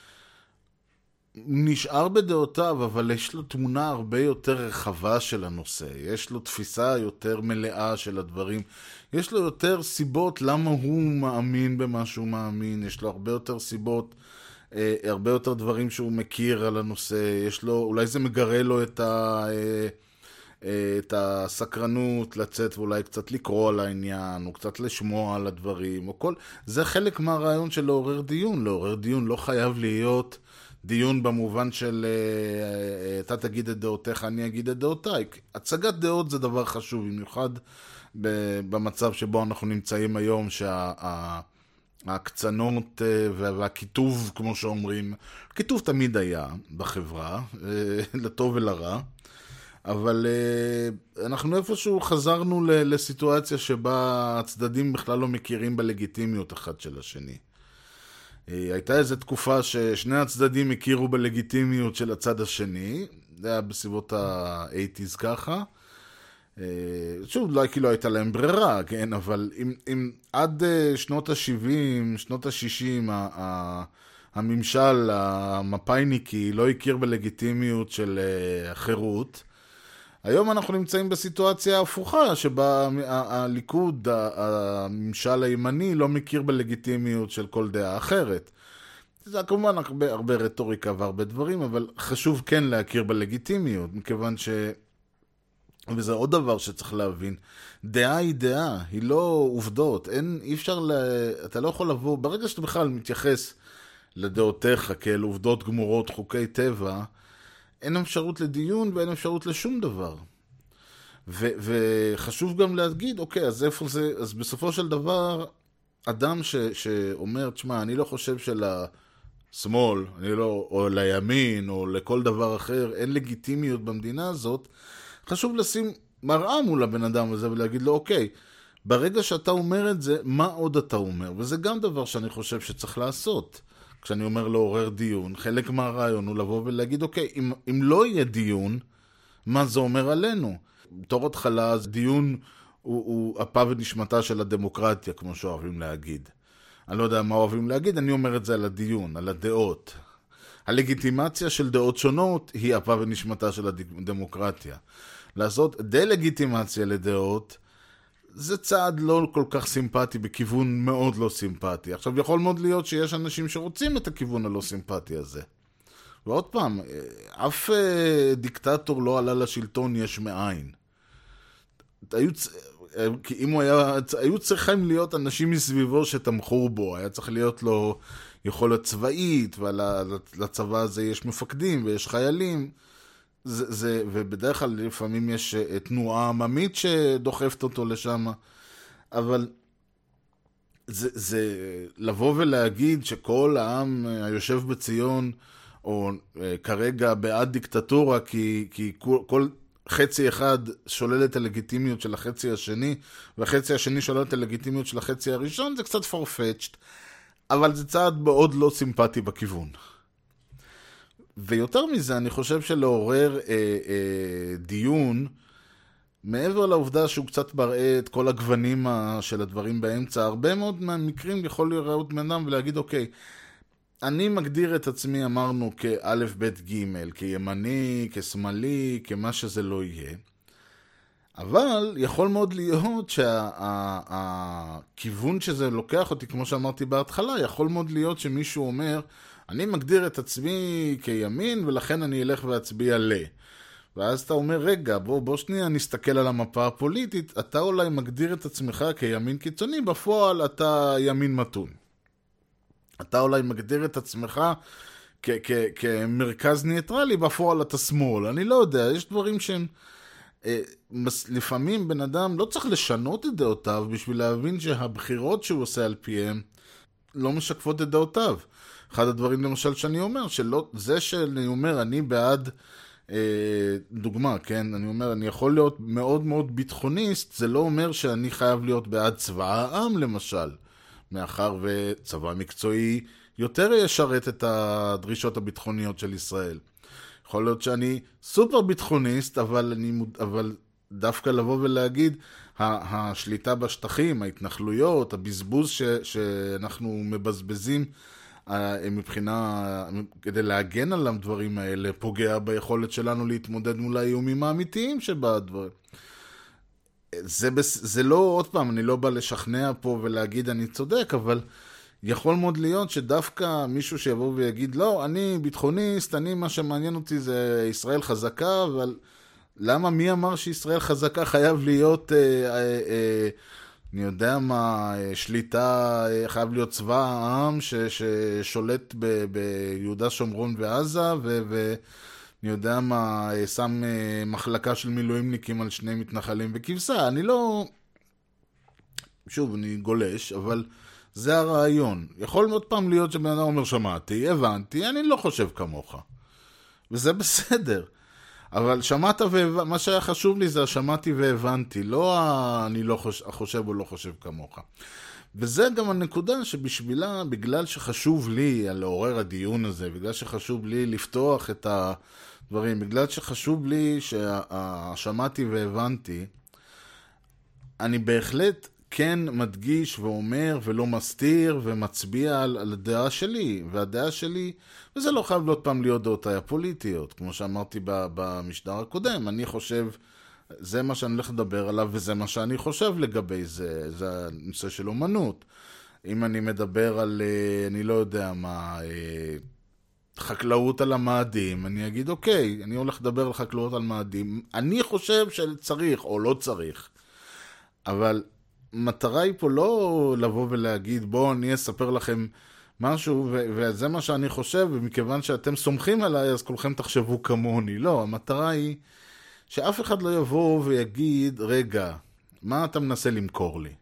נשאר בדעותיו, אבל יש לו תמונה הרבה יותר רחבה של הנושא. יש לו תפיסה יותר מלאה של הדברים. יש לו יותר סיבות למה הוא מאמין במה שהוא מאמין. יש לו הרבה יותר סיבות, הרבה יותר דברים שהוא מכיר על הנושא. יש לו, אולי זה מגרה לו את הסקרנות לצאת ואולי קצת לקרוא על העניין, או קצת לשמוע על הדברים, או כל... זה חלק מהרעיון של לעורר דיון. לעורר דיון לא חייב להיות דיון במובן של אתה תגיד את דעותיך, אני אגיד את דעותיי. הצגת דעות זה דבר חשוב, במיוחד במצב שבו אנחנו נמצאים היום, שההקצנות והכיתוב, כמו שאומרים, כיתוב תמיד היה בחברה, לטוב ולרע, אבל אנחנו איפשהו חזרנו לסיטואציה שבה הצדדים בכלל לא מכירים בלגיטימיות אחד של השני. הייתה איזו תקופה ששני הצדדים הכירו בלגיטימיות של הצד השני, זה היה בסביבות ה-80s ככה. שוב, לא כאילו הייתה להם ברירה, כן? אבל אם עד שנות ה-70, שנות ה-60, הממשל המפאיניקי לא הכיר בלגיטימיות של החירות, היום אנחנו נמצאים בסיטואציה הפוכה, שבה הליכוד, הממשל הימני, לא מכיר בלגיטימיות של כל דעה אחרת. זה כמובן הרבה רטוריקה והרבה דברים, אבל חשוב כן להכיר בלגיטימיות, מכיוון וזה עוד דבר שצריך להבין, דעה היא דעה, היא לא עובדות, אי אפשר, אתה לא יכול לבוא, ברגע שאתה בכלל מתייחס לדעותיך כאל עובדות גמורות, חוקי טבע, אין אפשרות לדיון ואין אפשרות לשום דבר. וחשוב גם להגיד, אוקיי, אז איפה זה, אז בסופו של דבר, אדם שאומר, תשמע, אני לא חושב שלשמאל, או לימין, או לכל דבר אחר, אין לגיטימיות במדינה הזאת, חשוב לשים מראה מול הבן אדם הזה ולהגיד לו, אוקיי, ברגע שאתה אומר את זה, מה עוד אתה אומר? וזה גם דבר שאני חושב שצריך לעשות. כשאני אומר לעורר דיון, חלק מהרעיון הוא לבוא ולהגיד, אוקיי, אם לא יהיה דיון, מה זה אומר עלינו? בתור התחלה, אז דיון הוא אפה ונשמתה של הדמוקרטיה, כמו שאוהבים להגיד. אני לא יודע מה אוהבים להגיד, אני אומר את זה על הדיון, על הדעות. הלגיטימציה של דעות שונות היא אפה ונשמתה של הדמוקרטיה. לעשות דה-לגיטימציה לדעות, זה צעד לא כל כך סימפטי, בכיוון מאוד לא סימפטי. עכשיו, יכול מאוד להיות שיש אנשים שרוצים את הכיוון הלא סימפטי הזה. ועוד פעם, אף דיקטטור לא עלה לשלטון יש מאין. כי אם היו צריכים להיות אנשים מסביבו שתמכו בו, היה צריך להיות לו יכולת צבאית, ולצבא הזה יש מפקדים ויש חיילים, ובדרך כלל לפעמים יש תנועה עממית שדוחפת אותו לשם, אבל זה לבוא ולהגיד שכל העם היושב בציון, או כרגע בעד דיקטטורה, כי כל חצי אחד שולל את הלגיטימיות של החצי השני, והחצי השני שולל את הלגיטימיות של החצי הראשון, זה קצת farfetched, אבל זה צעד מאוד לא סימפטי בכיוון. ויותר מזה, אני חושב שלעורר דיון, מעבר לעובדה שהוא קצת מראה את כל הגוונים של הדברים באמצע, הרבה מאוד מהמקרים יכול לראות מאדם ולהגיד, אוקיי, אני מגדיר את עצמי, אמרנו, כאלף בית ג', כימני, כשמאלי, כמה שזה לא יהיה. אבל יכול מאוד להיות שהכיוון שזה לוקח אותי, כמו שאמרתי בהתחלה, יכול מאוד להיות שמישהו אומר, אני מגדיר את עצמי כימין, ולכן אני אלך ואצביע ל. ואז אתה אומר, רגע, בוא שנייה נסתכל על המפה הפוליטית, אתה אולי מגדיר את עצמך כימין קיצוני, בפועל אתה ימין מתון. אתה אולי מגדיר את עצמך כמרכז ניטרלי, בפועל אתה שמאל. אני לא יודע, יש דברים שהם... לפעמים בן אדם לא צריך לשנות את דעותיו בשביל להבין שהבחירות שהוא עושה על פיהם לא משקפות את דעותיו. אחד הדברים למשל שאני אומר, זה שאני אומר אני בעד דוגמה, כן? אני אומר אני יכול להיות מאוד מאוד ביטחוניסט, זה לא אומר שאני חייב להיות בעד צבא העם למשל, מאחר וצבא מקצועי יותר ישרת את הדרישות הביטחוניות של ישראל. יכול להיות שאני סופר ביטחוניסט, אבל דווקא לבוא ולהגיד, השליטה בשטחים, ההתנחלויות, הבזבוז שאנחנו מבזבזים מבחינה, כדי להגן על הדברים האלה, פוגע ביכולת שלנו להתמודד מול האיומים האמיתיים שבדברים. זה לא, עוד פעם, אני לא בא לשכנע פה ולהגיד אני צודק, אבל יכול מאוד להיות שדווקא מישהו שיבוא ויגיד, לא, אני ביטחוניסט, מה שמעניין אותי זה ישראל חזקה, אבל למה מי אמר שישראל חזקה חייב להיות אני יודע מה, שליטה, חייב להיות צבא העם ששולט ביהודה שומרון ועזה, ואני יודע מה, שם מחלקה של מילואימניקים על שני מתנחלים וכבשה. אני לא, שוב, אני גולש, אבל זה הרעיון. יכול מאוד פעם להיות שבן אדם אומר, שמעתי, הבנתי, אני לא חושב כמוך. וזה בסדר. אבל שמעת מה שהיה חשוב לי זה שמעתי והבנתי, לא אני לא חושב או לא חושב כמוך. וזה גם הנקודה שבשבילה, בגלל שחשוב לי לעורר הדיון הזה, בגלל שחשוב לי לפתוח את הדברים, בגלל שחשוב לי ששמעתי והבנתי, אני בהחלט כן מדגיש ואומר ולא מסתיר ומצביע על הדעה שלי, והדעה שלי, וזה לא חייב להיות פעם להיות דעותיי הפוליטיות, כמו שאמרתי במשדר הקודם, אני חושב, זה מה שאני הולך לדבר עליו וזה מה שאני חושב לגבי זה, זה הנושא של אומנות. אם אני מדבר על, אני לא יודע מה, חקלאות על המאדים, אני אגיד אוקיי, אני הולך לדבר על חקלאות על מאדים, אני חושב שצריך או לא צריך, אבל מטרה היא פה לא לבוא ולהגיד, בואו אני אספר לכם משהו, וזה מה שאני חושב, ומכיוון שאתם סומכים עליי, אז כולכם תחשבו כמוני. לא, המטרה היא שאף אחד לא יבוא ויגיד, רגע, מה אתה מנסה למכור לי?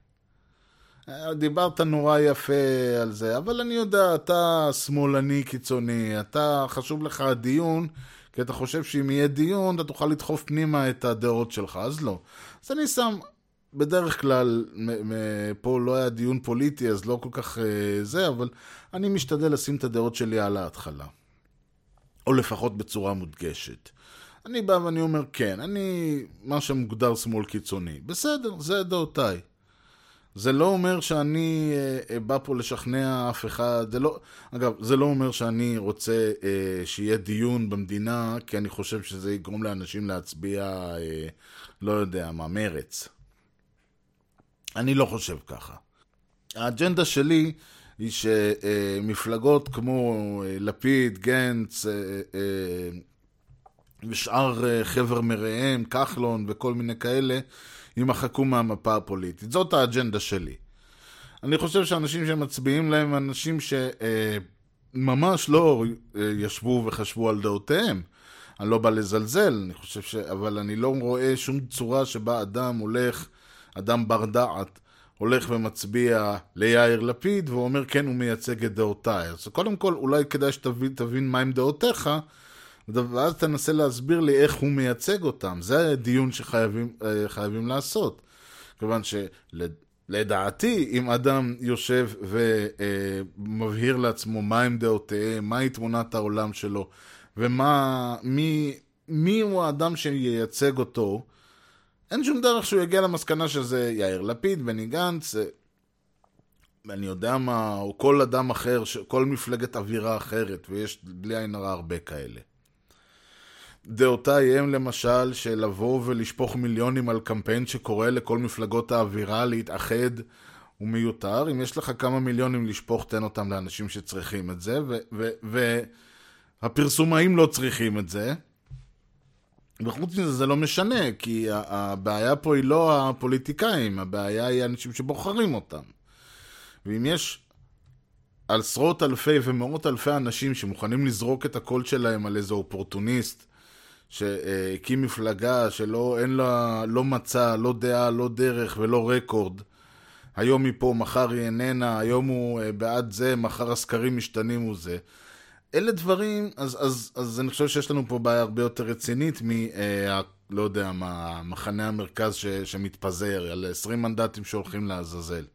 דיברת נורא יפה על זה, אבל אני יודע, אתה שמאלני קיצוני, אתה חשוב לך הדיון, כי אתה חושב שאם יהיה דיון, אתה תוכל לדחוף פנימה את הדעות שלך, אז לא. אז אני שם, בדרך כלל, פה לא היה דיון פוליטי, אז לא כל כך זה, אבל אני משתדל לשים את הדעות שלי על ההתחלה. או לפחות בצורה מודגשת. אני בא ואני אומר, כן, אני מה שמוגדר שמאל קיצוני. בסדר, זה דעותיי. זה לא אומר שאני בא פה לשכנע אף אחד. זה לא, אגב, זה לא אומר שאני רוצה שיהיה דיון במדינה, כי אני חושב שזה יגרום לאנשים להצביע, לא יודע מה, מרץ. אני לא חושב ככה. האג'נדה שלי היא שמפלגות כמו לפיד, גנץ ושאר חבר מראיהם, כחלון וכל מיני כאלה, ימחקו מהמפה הפוליטית. זאת האג'נדה שלי. אני חושב שאנשים שמצביעים להם, אנשים שממש לא ישבו וחשבו על דעותיהם. אני לא בא לזלזל, אני חושב אבל אני לא רואה שום צורה שבה אדם בר דעת, הולך ומצביע ליאיר לפיד, ואומר כן, הוא מייצג את דעותיי. אז קודם כל, אולי כדאי שתבין מהם דעותיך, ואז תנסה להסביר לי איך הוא מייצג אותם. זה הדיון שחייבים לעשות. כיוון שלדעתי, אם אדם יושב ומבהיר לעצמו מהם דעותיהם, מהי תמונת העולם שלו, מי הוא האדם שייצג אותו, אין שום דרך שהוא יגיע למסקנה שזה יאיר לפיד, בני גנץ, אני יודע מה, או כל אדם אחר, כל מפלגת אווירה אחרת, ויש בלי עין הרע הרבה כאלה. דעותיי הם למשל שלבוא ולשפוך מיליונים על קמפיין שקורא לכל מפלגות האווירה להתאחד ומיותר. אם יש לך כמה מיליונים לשפוך, תן אותם לאנשים שצריכים את זה, והפרסומאים לא צריכים את זה. וחוץ מזה זה לא משנה, כי הבעיה פה היא לא הפוליטיקאים, הבעיה היא אנשים שבוחרים אותם. ואם יש עשרות אלפי ומאות אלפי אנשים שמוכנים לזרוק את הקול שלהם על איזה אופורטוניסט, שהקים מפלגה שלא אין לה לא מצא, לא דעה, לא דרך ולא רקורד, היום היא פה, מחר היא איננה, היום הוא בעד זה, מחר הסקרים משתנים וזה. אלה דברים, אז אני חושב שיש לנו פה בעיה הרבה יותר רצינית לא יודע מה, מחנה המרכז שמתפזר, על 20 מנדטים שהולכים לעזאזל.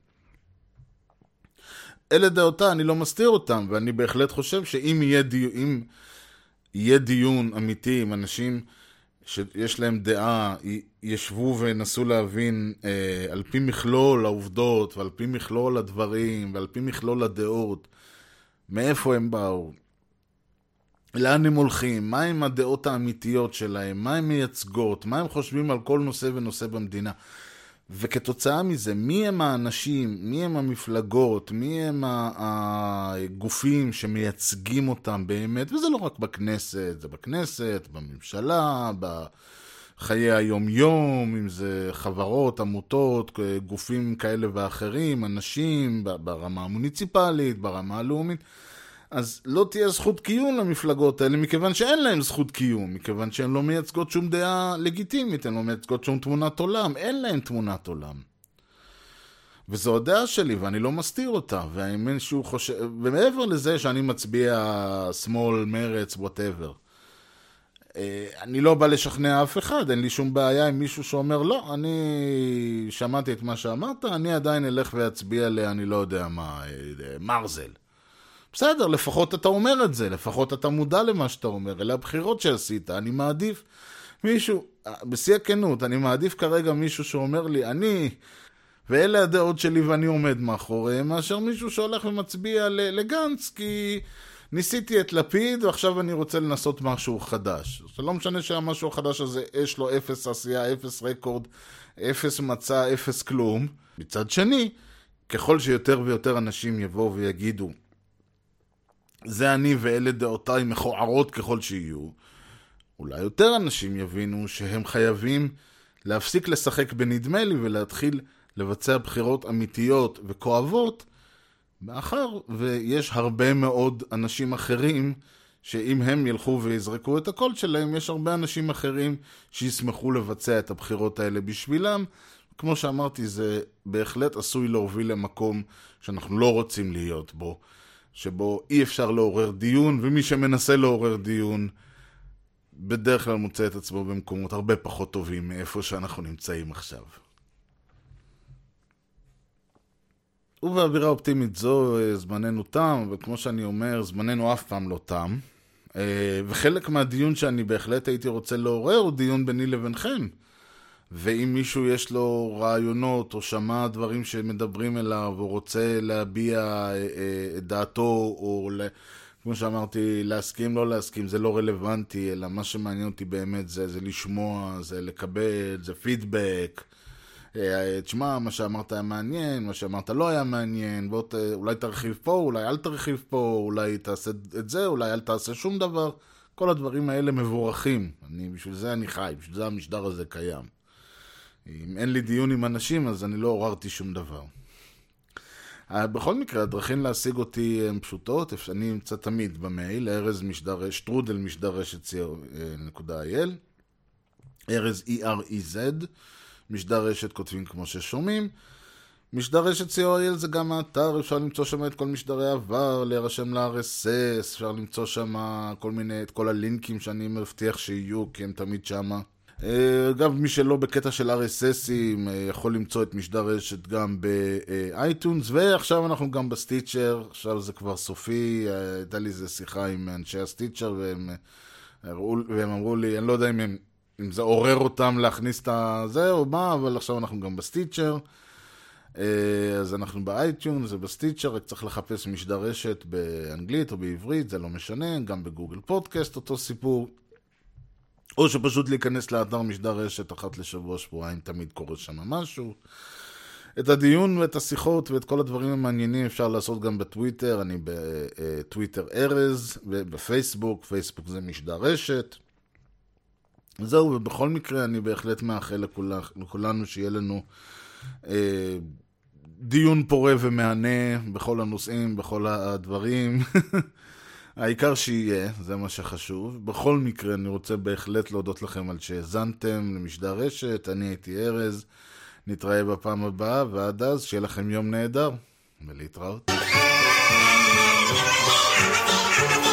אלה דעותיי, אני לא מסתיר אותם, ואני בהחלט חושב שאם יהיה דיון אמיתי עם אנשים שיש להם דעה, ישבו ונסו להבין על פי מכלול העובדות, ועל פי מכלול הדברים, ועל פי מכלול הדעות, מאיפה הם באו, לאן הם הולכים, מה הם הדעות האמיתיות שלהם, מה הם מייצגות, מה הם חושבים על כל נושא ונושא במדינה. וכתוצאה מזה, מי הם האנשים, מי הם המפלגות, מי הם הגופים שמייצגים אותם באמת, וזה לא רק בכנסת, זה בכנסת, בממשלה, חיי היום-יום, אם זה חברות, עמותות, גופים כאלה ואחרים, אנשים ברמה המוניציפלית, ברמה הלאומית. אז לא תהיה זכות קיום למפלגות האלה, מכיוון שאין להם זכות קיום, מכיוון שהן לא מייצגות שום דעה לגיטימית, הן לא מייצגות שום תמונת עולם, אין להן תמונת עולם. וזו הדעה שלי, ואני לא מסתיר אותה, והאמן שהוא חושב, ומעבר לזה שאני מצביע שמאל, מרץ, whatever. אני לא בא לשכנע אף אחד, אין לי שום בעיה עם מישהו שאומר, לא, אני שמעתי את מה שאמרת, אני עדיין אלך ואצביע אני לא יודע מה, מרזל. בסדר, לפחות אתה אומר את זה, לפחות אתה מודע למה שאתה אומר, אלה הבחירות שעשית, אני מעדיף מישהו, בשיא הכנות, אני מעדיף כרגע מישהו שאומר לי, אני, ואלה הדעות שלי ואני עומד מאחוריהם, מאשר מישהו שהולך ומצביע לגנץ, כי ניסיתי את לפיד ועכשיו אני רוצה לנסות משהו חדש. זה לא משנה שהמשהו החדש הזה יש לו אפס עשייה, אפס רקורד, אפס מצע, אפס כלום. מצד שני, ככל שיותר ויותר אנשים יבואו ויגידו, זה אני ואלה דעותיי מכוערות ככל שיהיו, אולי יותר אנשים יבינו שהם חייבים להפסיק לשחק בנדמה לי ולהתחיל לבצע בחירות אמיתיות וכואבות, מאחר ויש הרבה מאוד אנשים אחרים שאם הם ילכו ויזרקו את הקול שלהם, יש הרבה אנשים אחרים שישמחו לבצע את הבחירות האלה בשבילם. כמו שאמרתי, זה בהחלט עשוי להוביל למקום שאנחנו לא רוצים להיות בו, שבו אי אפשר לעורר דיון, ומי שמנסה לעורר דיון בדרך כלל מוצא את עצמו במקומות הרבה פחות טובים מאיפה שאנחנו נמצאים עכשיו. ובאווירה אופטימית זו זמננו תם, וכמו שאני אומר, זמננו אף פעם לא תם. וחלק מהדיון שאני בהחלט הייתי רוצה לעורר הוא דיון ביני לבינכם. ואם מישהו יש לו רעיונות או שמע דברים שמדברים אליו או רוצה להביע את דעתו או כמו שאמרתי, להסכים, לא להסכים, זה לא רלוונטי, אלא מה שמעניין אותי באמת זה לשמוע, זה לקבל, זה פידבק. תשמע, מה שאמרת היה מעניין, מה שאמרת לא היה מעניין, אולי תרחיב פה, אולי אל תרחיב פה, אולי תעשה את זה, אולי אל תעשה שום דבר. כל הדברים האלה מבורכים. בשביל זה אני חי, בשביל זה המשדר הזה קיים. אם אין לי דיון עם אנשים, אז אני לא עוררתי שום דבר. בכל מקרה, הדרכים להשיג אותי הן פשוטות, אני נמצא תמיד במייל, ארז משדרש, טרודל משדרשת.co.il, ארז EREZ, משדרשת כותבים כמו ששומעים. משדרשת co.il זה גם האתר, אפשר למצוא שם את כל משדרי עבר, להירשם ל-RSS, אפשר למצוא שם את כל הלינקים שאני מבטיח שיהיו, כי הם תמיד שמה. אגב, מי שלא בקטע של RSSים יכול למצוא את משדרשת גם באייטונס, ועכשיו אנחנו גם בסטיצ'ר, עכשיו זה כבר סופי, הייתה לי איזה שיחה עם אנשי הסטיצ'ר, והם אמרו לי, אני לא יודע אם זה עורר אותם להכניס את זה או מה, אבל עכשיו אנחנו גם בסטיצ'ר, אז אנחנו באייטונס ובסטיצ'ר, רק צריך לחפש משדרשת באנגלית או בעברית, זה לא משנה, גם בגוגל פודקאסט אותו סיפור, או שפשוט להיכנס לאתר משדרשת אחת לשבוע, שבועיים, תמיד קורה שם משהו. את הדיון ואת השיחות ואת כל הדברים המעניינים אפשר לעשות גם בטוויטר, אני בטוויטר ארז, ובפייסבוק, פייסבוק זה משדרשת. זהו, ובכל מקרה אני בהחלט מאחל לכולנו שיהיה לנו דיון פורה ומענה בכל הנושאים, בכל הדברים. העיקר שיהיה, זה מה שחשוב. בכל מקרה אני רוצה בהחלט להודות לכם על שהזנתם למשדרשת, אני הייתי ארז, נתראה בפעם הבאה, ועד אז שיהיה לכם יום נהדר, ולהתראות.